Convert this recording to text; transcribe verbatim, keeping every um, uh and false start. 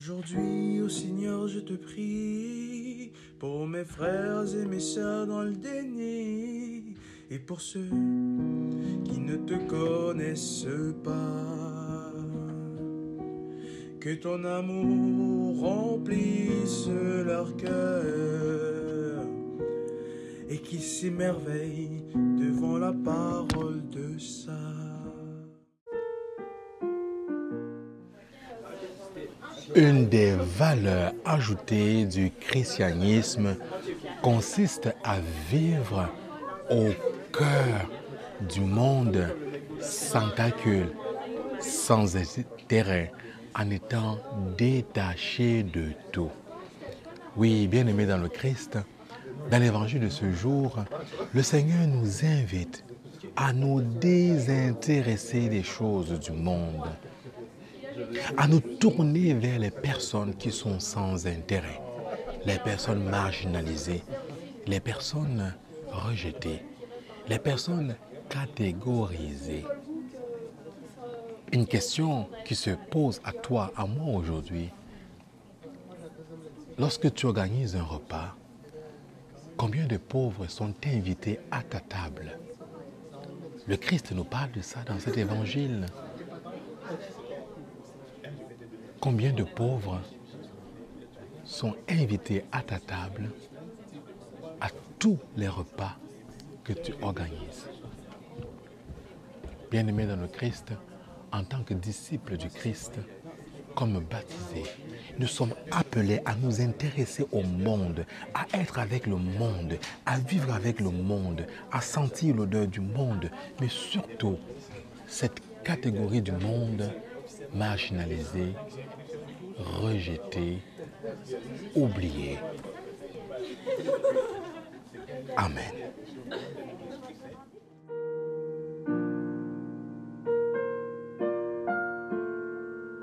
Aujourd'hui, ô Seigneur, je te prie pour mes frères et mes sœurs dans le déni et pour ceux qui ne te connaissent pas. Que ton amour remplisse leur cœur et qu'ils s'émerveillent devant la parole de ça. Une des valeurs ajoutées du christianisme consiste à vivre au cœur du monde sans calcul, sans intérêt, en étant détaché de tout. Oui, bien-aimés dans le Christ, dans l'évangile de ce jour, le Seigneur nous invite à nous désintéresser des choses du monde, à nous tourner vers les personnes qui sont sans intérêt, les personnes marginalisées, les personnes rejetées, les personnes catégorisées. Une question qui se pose à toi, à moi aujourd'hui, lorsque tu organises un repas, combien de pauvres sont invités à ta table? Le Christ nous parle de ça dans cet évangile. Combien de pauvres sont invités à ta table à tous les repas que tu organises? Bien-aimés dans le Christ, en tant que disciples du Christ, comme baptisés, nous sommes appelés à nous intéresser au monde, à être avec le monde, à vivre avec le monde, à sentir l'odeur du monde, mais surtout cette catégorie du monde marginalisée, rejetée, oubliée. Amen.